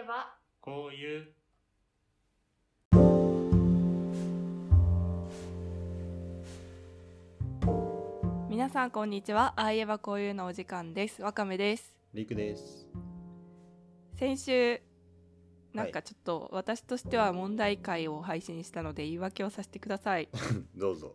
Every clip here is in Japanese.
ばこういう皆さんこんにちは。ああいえばこういうのお時間です。わかめです。 りくです。 先週なんかちょっと私としては問題回を配信したので言い訳をさせてください。 どうぞ。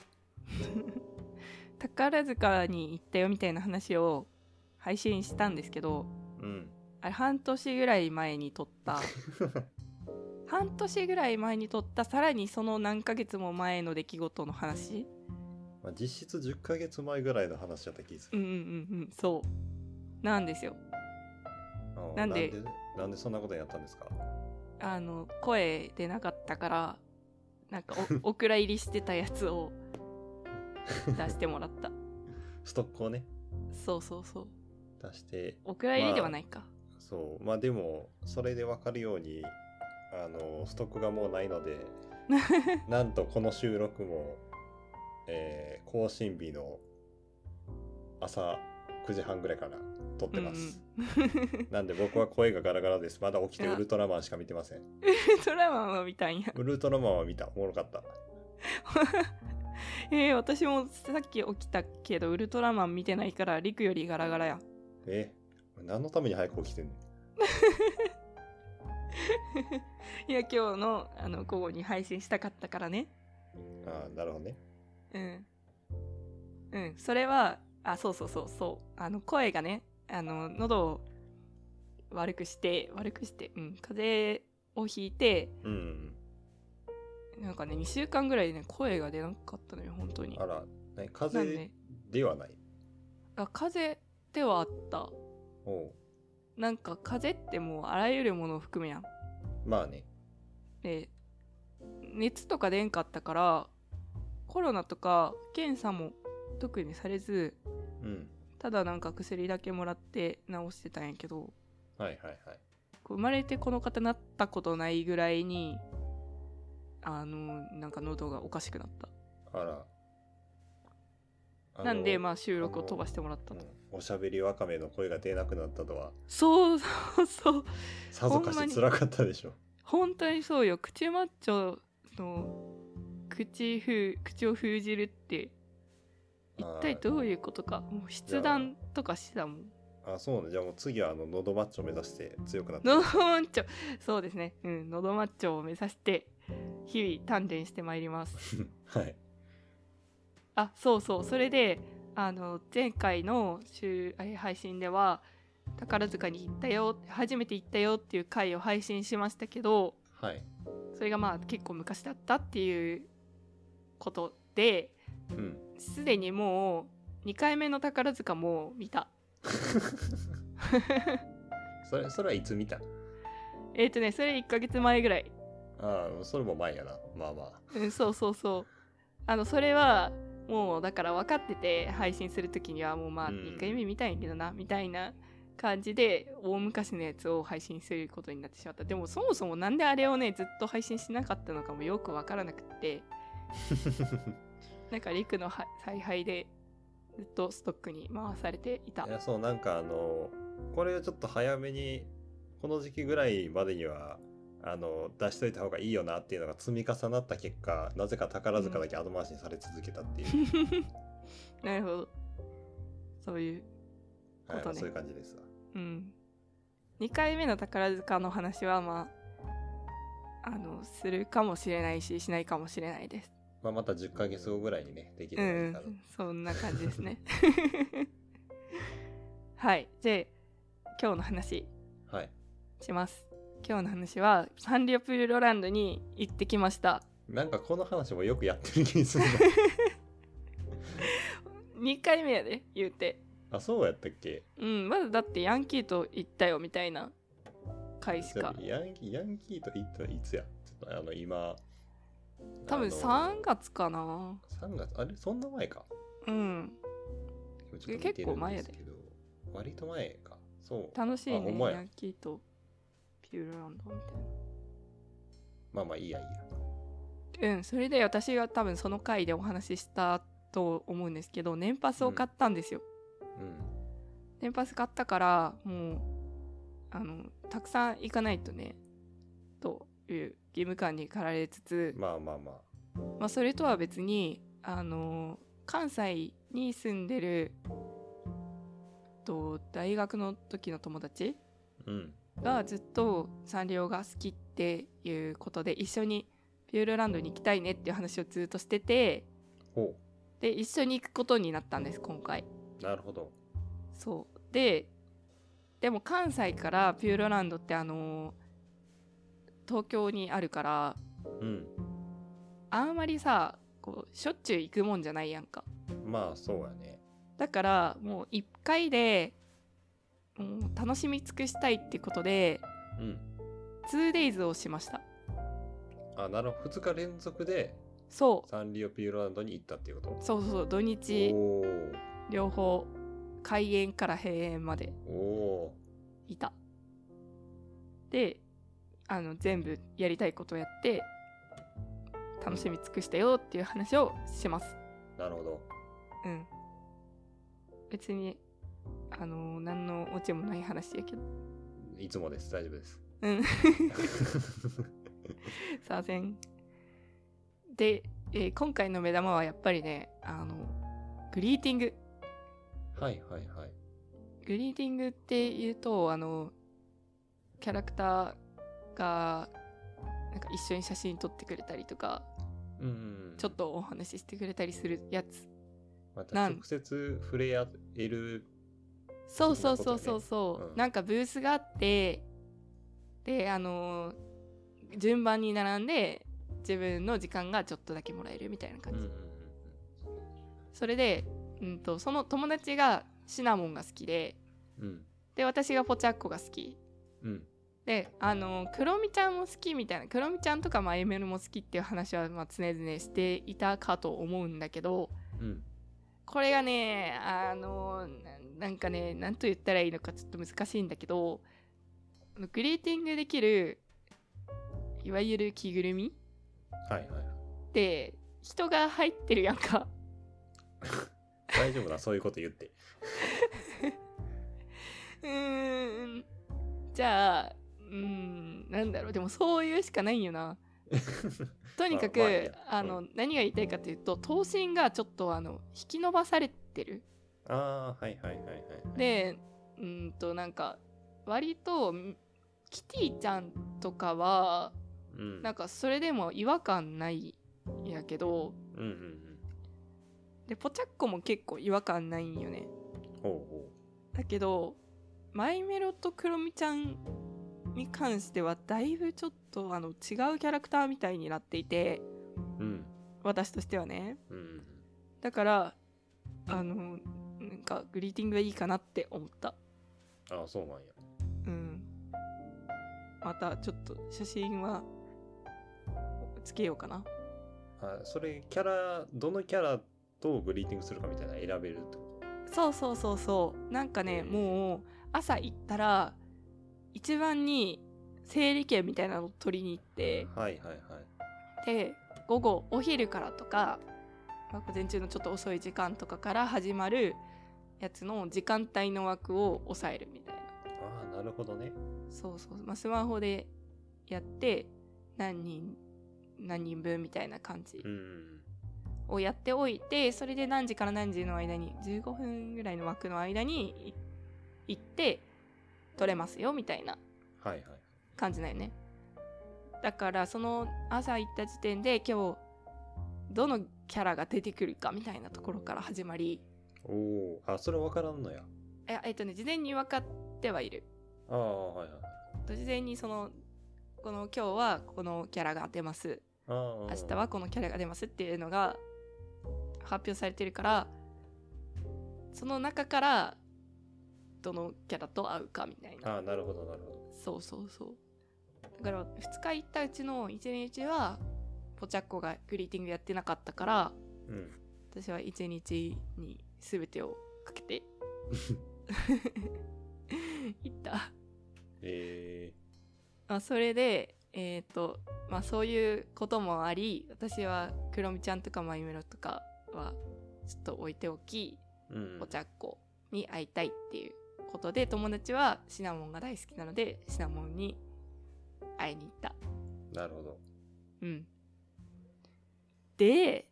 宝塚に行ったよみたいな話を配信したんですけど、あれ半年ぐらい前に撮った半年ぐらい前に撮ったさらにその何ヶ月も前の出来事の話、 実質10ヶ月前ぐらいの話だった気がする。 そうなんですよ。なんでそんなことやったんですか？ 声出なかったからなんかお蔵入りしてたやつを出してもらったストックをね。 そう出してお蔵入りではないか、 そうでもそれで分かるようにストックがもうないのでなんとこの収録も、更新日の朝9時半ぐらいから撮ってます、なんで僕は声がガラガラです。まだ起きてウルトラマンしか見てません。ウルトラマンは見たんや。 ウルトラマンは見た。おもろかった私もさっき起きたけどウルトラマン見てないからリクよりガラガラや。 何のために早く起きてんのいや今日の午後に配信したかったからね。 なるほどね。 それはそう声がね喉を悪くして風邪をひいて、なんかね2週間ぐらいね声が出なかったのよ本当に。 あら、風邪ではない？ 風邪ではあった。なんか風邪ってもうあらゆるものを含むやん。 まあね。 で熱とか出んかったからコロナとか検査も特にされず、ただなんか薬だけもらって治してたんやけど、生まれてこの方なったことないぐらいになんか喉がおかしくなった。なんで収録を飛ばしてもらったと。 おしゃべりわかめの声が出なくなったとは。 そうさぞかし辛かったでしょ。 本当にそうよ。口マッチョの口を封じるって一体どういうことか。もう筆談とかしてたもん。 そうね。じゃあもう次は喉マッチョを目指して強くなって。 喉マッチョ、そうですね。喉マッチョを目指して日々鍛錬してまいりますはい。 それで前回の配信では宝塚に行ったよ、初めて行ったよっていう回を配信しましたけど、それが結構昔だったっていうことで、すでにもう2回目の宝塚も見たそれはいつ見た？ それ1ヶ月前ぐらい。 それも前やな。 それはもうだから分かってて配信するときにはもう2回目見たいんやけどなみたいな感じで大昔のやつを配信することになってしまった。でもそもそもなんであれをねずっと配信しなかったのかもよく分からなくてなんかリクの采配でずっとストックに回されていた。 なんかこれをちょっと早めにこの時期ぐらいまでには出しといた方がいいよなっていうのが積み重なった結果、なぜか宝塚だけ後回しにされ続けたっていう、 なるほど、そういうことね。 そういう感じですわ。 2回目の宝塚の話はするかもしれないししないかもしれないです。 また10ヶ月後ぐらいにねできるのかな、 そんな感じですねはい、で今日の話します。今日の話はサンリオピューロランドに行ってきました。 なんかこの話もよくやってる気がする 2回目やで言うて。 そうやったっけ？ まだだってヤンキーと行ったよみたいな回しか。 ヤンキーと行ったらいつや？ちょっと今多分3月かな。 3月？あれそんな前か。 結構前やで。 割と前か。そう楽しいねヤンキーとピューロランドみたいな。 いいや。 それで私が多分その回でお話ししたと思うんですけど、年パスを買ったんですよ。年パス買ったからもうたくさん行かないとねという義務感に駆られつつ、 まあそれとは別に関西に住んでる大学の時の友達がずっとサンリオが好きっていうことで、一緒にピューロランドに行きたいねっていう話をずっとしてて、で一緒に行くことになったんです今回。 なるほど。 そうでも関西からピューロランドって東京にあるから、あんまりさこうしょっちゅう行くもんじゃないやんか。 まあそうやね。 だからもう1回で楽しみ尽くしたいってことで、2days をしました。 なるほど。2日連続でそうサンリオピューロランドに行ったっていうこと。 そう土日両方開園から閉園までいた。で全部やりたいことをやって楽しみ尽くしたよっていう話をします。 なるほど。 別に何のオチもない話やけど、 いつもです。大丈夫です。 さあせんで、今回の目玉はやっぱりねグリーティング。グリーティングっていうとキャラクターがなんか一緒に写真撮ってくれたりとか、ちょっとお話ししてくれたりするやつ。 また直接触れ合える、 そう、なんかブースがあって、で順番に並んで自分の時間がちょっとだけもらえるみたいな感じ。それで、その友達がシナモンが好きで、で私がポチャッコが好き、でクロミちゃんも好きみたいな、クロミちゃんとかマイメロも好きっていう話は常々していたかと思うんだけど、これがねなんかね、なんと言ったらいいのかちょっと難しいんだけど、グリーティングできるいわゆる着ぐるみで人が入ってるやんか。 大丈夫だ、そういうこと言って。 じゃあなんだろう、でもそういうしかないんよな。とにかく何が言いたいかというと、頭身がちょっと引き伸ばされてる。でなんか割とキティちゃんとかは、なんかそれでも違和感ないんやけど、でポチャッコも結構違和感ないんよね。だけどマイメロとクロミちゃんに関してはだいぶちょっと違うキャラクターみたいになっていて、私としてはね、だからなんかグリーティングがいいかなって思った。 そうなんや。 またちょっと写真はつけようかな。 それどのキャラとグリーティングするかみたいな選べるってこと？ そうなんかね、もう朝行ったら一番に整理券みたいなのを取りに行って、で午後お昼からとか、午前中のちょっと遅い時間とかから始まるやつの時間帯の枠を抑えるみたいな。 なるほどね。 スマホでやって何人分みたいな感じをやっておいて、それで何時から何時の間に15分ぐらいの枠の間に行って取れますよみたいな感じだよね。だからその朝行った時点で今日どのキャラが出てくるかみたいなところから始まり。 それ分からんのや。 事前に分かってはいる。事前にこの今日はこのキャラが出ます、明日はこのキャラが出ますっていうのが発表されてるから、その中からどのキャラと会うかみたいな。 なるほど。 そうだから2日行ったうちの1日はポチャッコがグリーティングやってなかったから、私は1日に全てをかけて行った。それでそういうこともあり、私はクロミちゃんとかマイメロとかはちょっと置いておき、ポチャッコに会いたいっていうことで、友達はシナモンが大好きなのでシナモンに会いに行った。 なるほど。 うん。で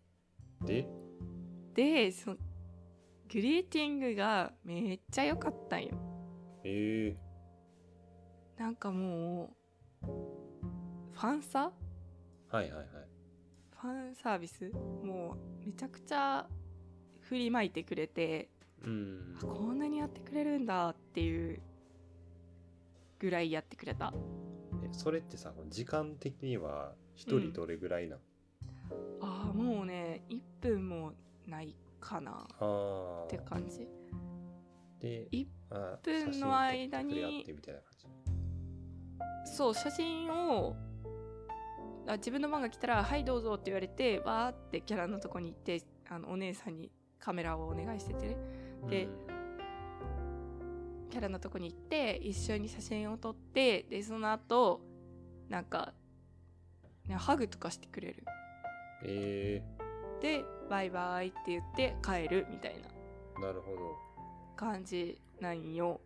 そのグリーティングがめっちゃ良かったんよ。なんかもうファンサはいはいはい。 ファンサービスもうめちゃくちゃ振りまいてくれて、こんなにやってくれるんだっていうぐらいやってくれた。 それってさ、時間的には一人どれぐらいなの？ もうね1分もないかなって感じで、1分の間にそう写真を自分の番が来たらはいどうぞって言われて、わーってキャラのとこに行って、お姉さんにカメラをお願いしててね、でキャラのとこに行って一緒に写真を撮って、でその後なんか、ね、ハグとかしてくれる。でバイバイって言って帰るみたいな。 なるほど。 感じなんよ。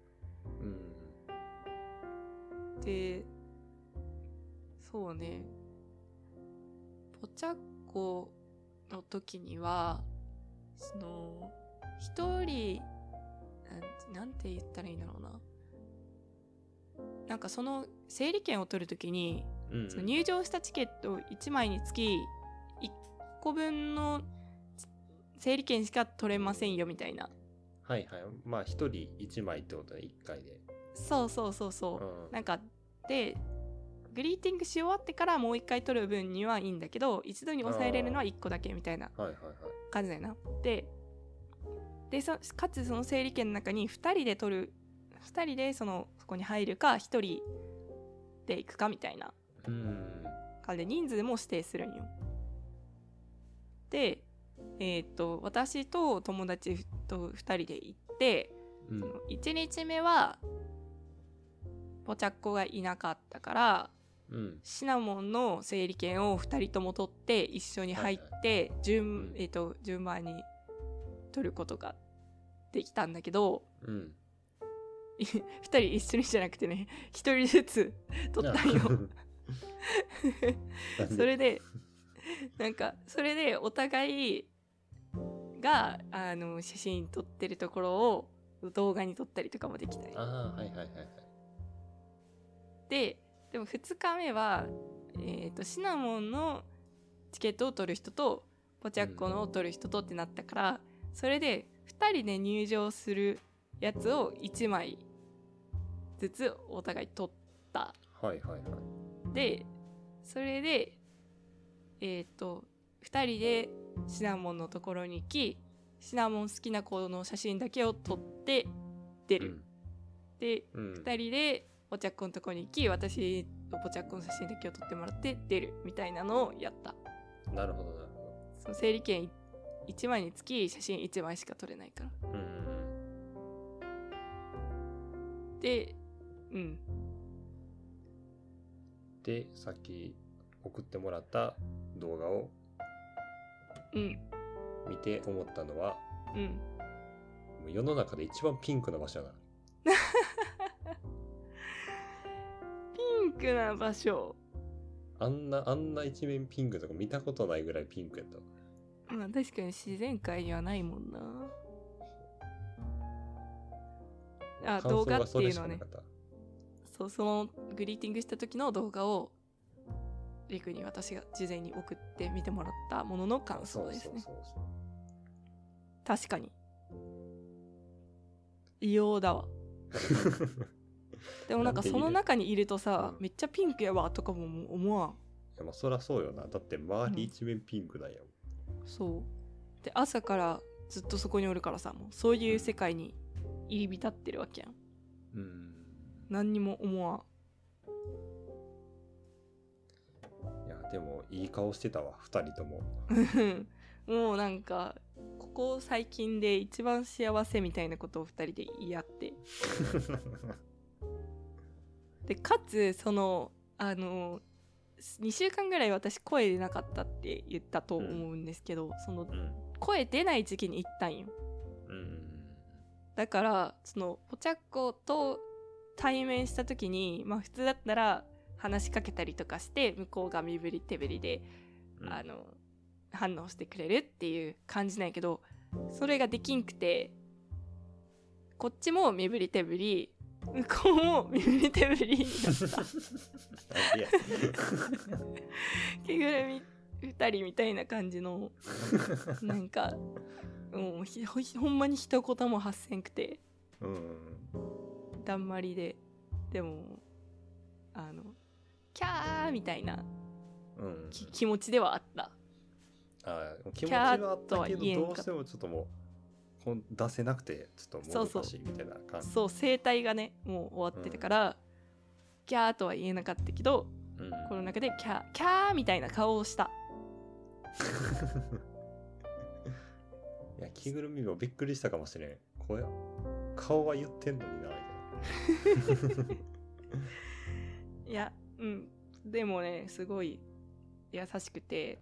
でそうね、ポチャッコの時にはその一人なんて言ったらいいんだろうな、なんかその整理券を取る時に、その入場したチケット1枚につき1個分の整理券しか取れませんよみたいな。 はいはい。まあ1人1枚ってことね、1回で。 そう、なんかでグリーティングし終わってからもう1回取る分にはいいんだけど、一度に抑えれるのは1個だけみたいな感じだよな。でかつその整理券の中に2人で取る、2人でそこに入るか1人で行くかみたいな感じで人数も指定するんよ。で私と友達と2人で行って、1日目はポチャッコがいなかったから、シナモンの整理券を2人とも取って一緒に入って、順番に取ることができたんだけど、2人一緒にじゃなくてね、1人ずつ取ったんよそれでお互いが写真撮ってるところを動画に撮ったりとかもできたり。でも2日目は、シナモンのチケットを取る人とポチャッコのを取る人とってなったから、それで2人で入場するやつを1枚ずつお互い取った。でそれで2人でシナモンのところに行き、シナモン好きな子の写真だけを撮って出る。で2人でポチャッコのところに行き、私とポチャッコの写真だけを撮ってもらって出るみたいなのをやった。 なるほど。 その整理券1枚につき写真1枚しか撮れないから。ででさっき送ってもらった動画を見て思ったのは、もう世の中で一番ピンクな場所だなピンクな場所、 あんな一面ピンクとか見たことないぐらいピンクやった。 まあ確かに自然界にはないもんな。動画っていうのはね、そのグリーティングした時の動画をリクに私が事前に送って見てもらったものの感想ですね。確かに異様だわでもなんかその中にいるとさ、めっちゃピンクやわとかも思わん。 いや、まあそりゃそうよな。だって周り一面ピンクなんやもん。 そうで朝からずっとそこにおるからさ、もうそういう世界に入り浸ってるわけやん。何にも思わん。 いやでもいい顔してたわ、2人とももうなんかここ最近で一番幸せみたいなことを2人で言い合ってでかつ2週間ぐらい私声出なかったって言ったと思うんですけど、その声出ない時期に行ったんよ。 だからそのポチャッコと対面した時に、まあ普通だったら話しかけたりとかして向こうが身振り手振りで、 うん反応してくれるっていう感じなんやけど、それができんくて、こっちも身振り手振り、向こうも身振り手振りだったなんでや着ぐるみ2人みたいな感じのなんかもうほんまに一言も発せんくて、だんまりで、でもキャーみたいな、気持ちではあった。 気持ちはあったけど、どうしてもちょっともう出せなくてちょっと難しいみたいな感じ。 そう声帯がねもう終わってたから、キャーとは言えなかったけど、この中でキャーみたいな顔をしたいや着ぐるみもびっくりしたかもしれん。顔は言ってんのになみたいな。 いやでもねすごい優しくて、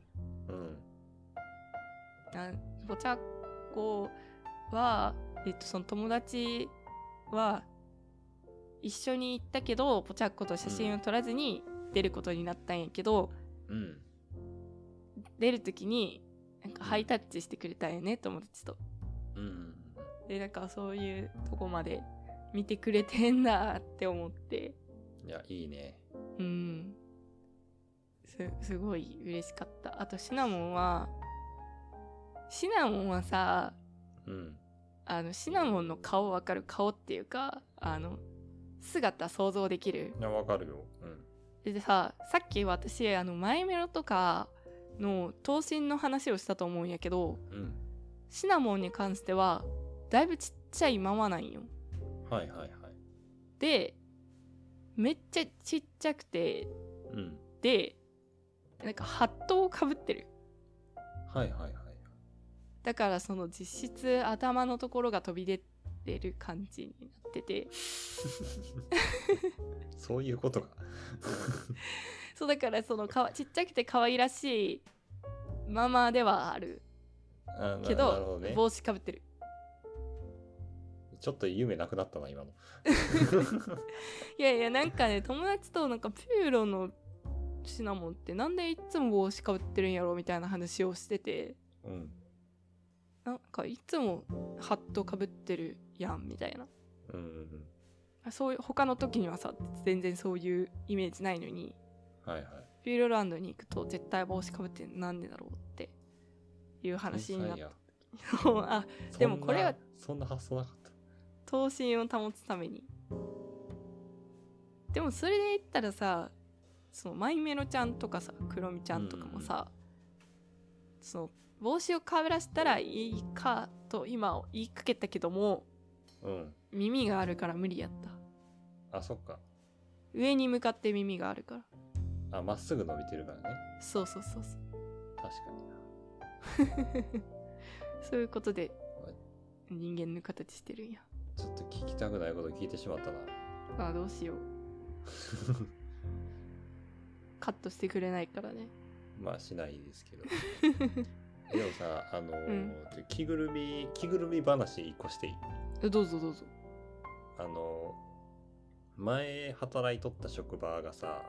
ポチャッコはその友達は一緒に行ったけどポチャッコと写真を撮らずに出ることになったんやけど、出る時になんかハイタッチしてくれたんよね、友達と。でなんかそういうとこまで見てくれてんだって思って、 いやいいね。 すごい嬉しかった。あとシナモンはさ、シナモンの顔わかる？顔っていうか姿想像できる？ いやわかるよ。 でさっき私マイメロとかの頭身の話をしたと思うんやけど、シナモンに関してはだいぶちっちゃいままなんよ。でめっちゃちっちゃくて、でなんかハットをかぶってる。だからその実質頭のところが飛び出てる感じになっててそういうことかそうだからそのちっちゃくて可愛らしいままではあるけど、ね、帽子かぶってる。 ちょっと夢なくなったな今のいやなんかね、友達となんかピューロのシナモンってなんでいつも帽子かぶってるんやろみたいな話をしてて、なんかいつもハットかぶってるやんみたいな、そういう他の時にはさ全然そういうイメージないのに、ピューロランドに行くと絶対帽子かぶってなんでだろうっていう話になったあ、でもこれはそんな発想なかった。 頭身を保つために。でもそれで言ったらさ、そのマイメロちゃんとかさクロミちゃんとかもさ、その帽子をかぶらしたらいいかと今言いかけたけども、耳があるから無理やった。 あ、そっか。 上に向かって耳があるから。 あ、まっすぐ伸びてるからね。 そう確かになそういうことで人間の形してるんや。 ちょっと聞きたくないこと聞いてしまったな。 あ、どうしようカットしてくれないからね。 まあしないですけどでもさ、着ぐるみ話1個していい？ どうぞどうぞ。 前働いとった職場がさ、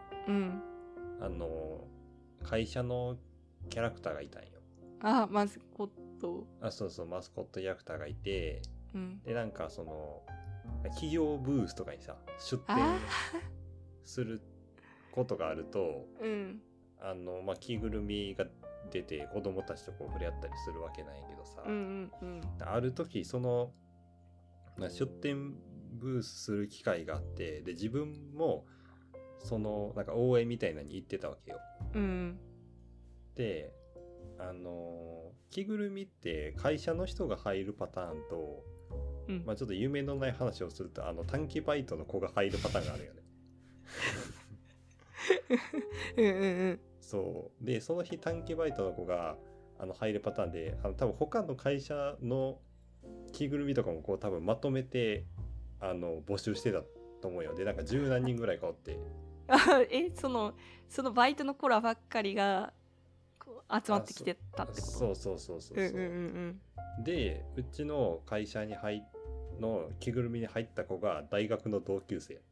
会社のキャラクターがいたんよ。 あ、マスコット。 そうマスコットキャラクターがいて、でなんかその企業ブースとかにさ出店することがあると、着ぐるみが出て子供たちとこう触れ合ったりするわけなんやけどさ、ある時その出店ブースする機会があって、で自分もそのなんか応援みたいなのに行ってたわけよ。で着ぐるみって会社の人が入るパターンと、まあちょっと夢のない話をすると短期バイトの子が入るパターンがあるよね。そうでその日短期バイトの子が入るパターンで、多分他の会社の着ぐるみとかもこう多分まとめて募集してたと思うよ。でなんか十何人ぐらいかおってそのバイトの子らばっかりがこう集まってきてたってこと？ そう。でうちの会社にの着ぐるみに入った子が大学の同級生やった。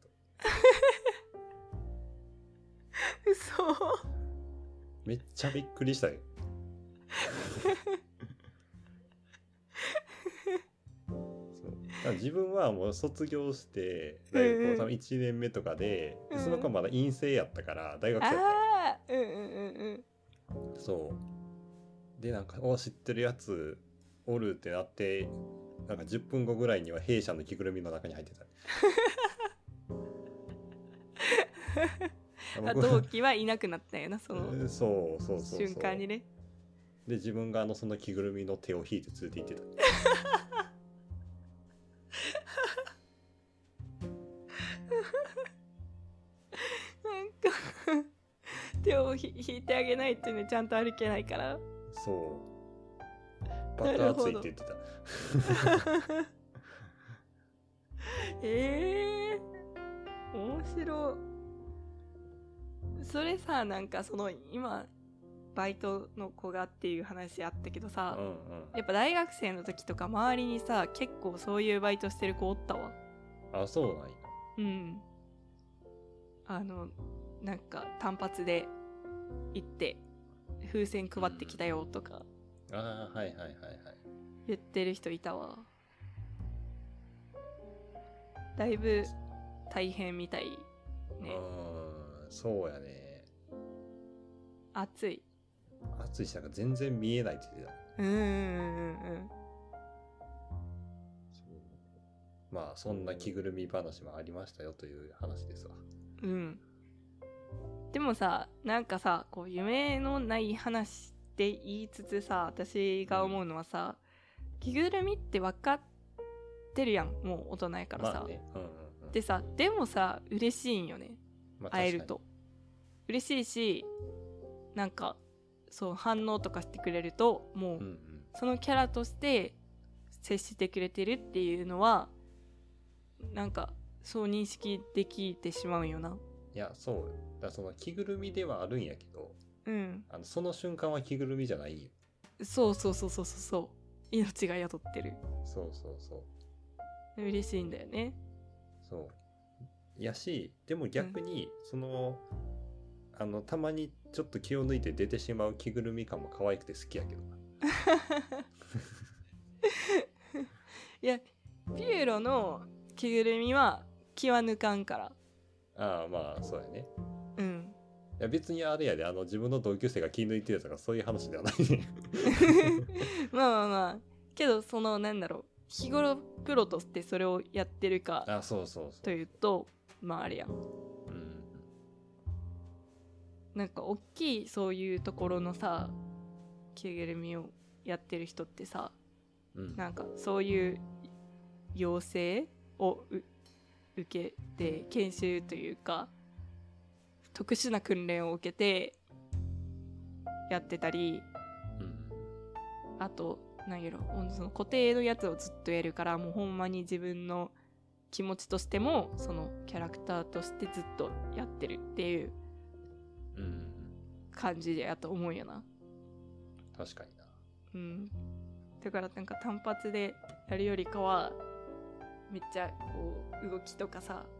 嘘。 めっちゃびっくりしたよ。そうだから自分はもう卒業して大学多分1年目とかで、その子はまだ院生やったから大学生やったよ。 ああ、うんうんうんそうでなんか知ってるやつおるってなって、なんか10分後ぐらいには弊社の着ぐるみの中に入ってた。 うん。同期はいなくなったよな、そのそう瞬間にね。 で自分がその着ぐるみの手を引いて連れて行ってた。 なんか手を引いてあげないとね、ちゃんと歩けないから。 そう爆発いって言ってた。 面白い。それさ、なんかその今バイトの子がっていう話あったけどさ、 うんうん、 やっぱ大学生の時とか周りにさ結構そういうバイトしてる子おったわ。 あ、そうなんや。 うん。なんか単発で行って風船配ってきたよとか、 ああ、はいはいはいはい。 言ってる人いたわ。だいぶ大変みたいね。 そうやね。 暑いしなんか全然見えないって言ってた。そうまあそんな着ぐるみ話もありましたよという話ですわ。 うん。でもさ、なんかさ、こう夢のない話って言いつつさ、私が思うのはさ、着ぐるみって分かってるやん、もう大人やからさ、 まあね、 でさ、でもさ嬉しいんよね、 まあ、 会えると嬉しいし、なんかそう反応とかしてくれるともう、そのキャラとして接してくれてるっていうのはなんかそう認識できてしまうんよな。 いやそうだからその着ぐるみではあるんやけど、 うん、 その瞬間は着ぐるみじゃないんよ。 そう命が宿ってる。 そう嬉しいんだよね。 そうやし、でも逆に、たまにちょっと気を抜いて出てしまう着ぐるみ感も可愛くて好きやけどな。 いやピエロの着ぐるみは気は抜かんから。 ああまあそうやね。 うん。 いや別にあれやで、自分の同級生が気抜いてるとかそういう話ではないね。 まあけどそのなんだろう、日頃プロとしてそれをやってるかというとまああれやん、なんか大きいそういうところのさ着ぐるみをやってる人ってさ、なんかそういう養成を受けて研修というか特殊な訓練を受けてやってたり、あと何やろ、その固定のやつをずっとやるから、もうほんまに自分の気持ちとしてもそのキャラクターとしてずっとやってるっていう感じでやと思うよな。 確かにな。 だからなんか単発でやるよりかはめっちゃこう動きとかさ、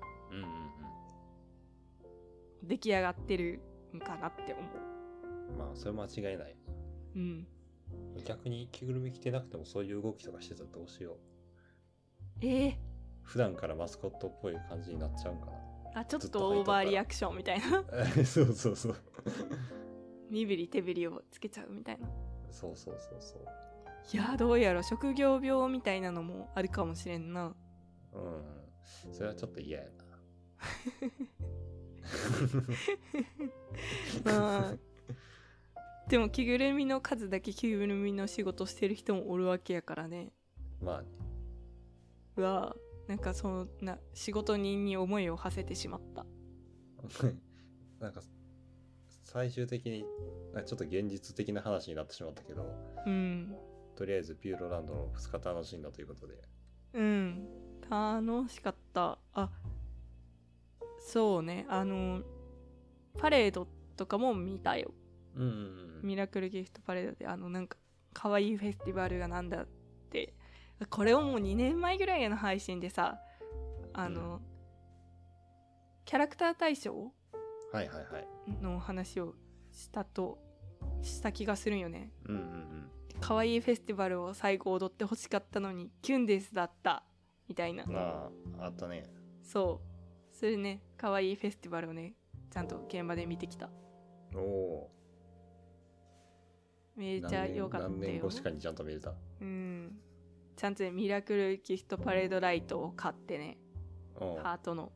出来上がってるんかなって思う。まあそれ間違いない。逆に着ぐるみ着てなくてもそういう動きとかしてたらどうしよう。普段からマスコットっぽい感じになっちゃうんかな。 ちょっとオーバーリアクションみたいな。 そう身振り手振りをつけちゃうみたいな。 そういやどうやろ、職業病みたいなのもあるかもしれんな。 それはちょっと嫌やな。でも着ぐるみの数だけ着ぐるみの仕事してる人もおるわけやからね。 まあね。 うわ、なんかそんな仕事人に思いを馳せてしまった。 なんか最終的にちょっと現実的な話になってしまったけど、とりあえずピューロランドの2日楽しんだということで。 楽しかった。そうね、パレードとかも見たよ。ミラクルギフトパレードでなんか可愛いフェスティバルがなんだってこれをもう2年前ぐらいの配信でさ、キャラクター大賞はいはいはい。 の話をした気がするんよね。 うんうんうん。 可愛いフェスティバルを最後踊ってほしかったのにキュンですだったみたいな。 あったね。 そうそれね、可愛いフェスティバルをねちゃんと現場で見てきた。 おお。 めっちゃ良かったよ。 何年越しかにちゃんと見れた。 うん。ちゃんとねミラクルギフトパレードライトを買ってね、ハートの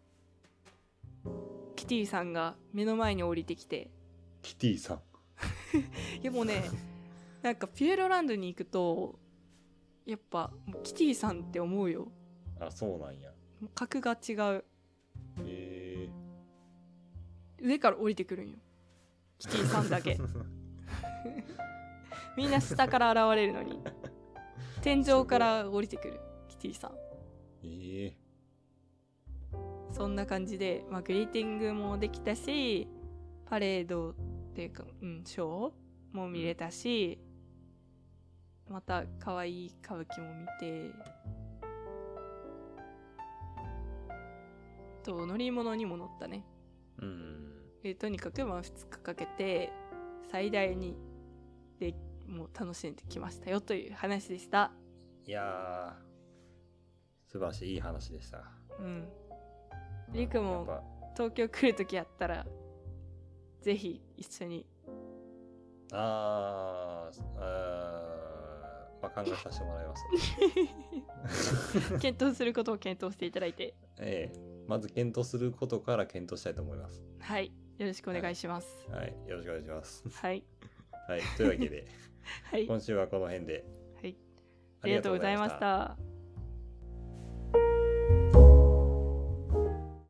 キティさんが目の前に降りてきて。 キティさんいやもうねなんかピュエロランドに行くとやっぱもうキティさんって思うよ。 あ、そうなんや。 もう格が違う。 へえ。 上から降りてくるんよキティさんだけみんな下から現れるのに天井から降りてくるキティさん。そんな感じで、まあ、グリーティングもできたし、パレードっていうか、ショーも見れたし、また可愛い歌舞伎も見て、と乗り物にも乗ったね。とにかくまあ2日かけて最大にでもう楽しんできましたよという話でした。 いやー、素晴らしい、いい話でした。 リクも東京来るときやったらぜひ一緒に。 まあ、考えさせてもらいます。 検討することを検討していただいて、 まず検討することから検討したいと思います。 はい、よろしくお願いします。 はい、よろしくお願いします。 はい、 はい、というわけで、 はい、 今週はこの辺で、 はい、ありがとうございました。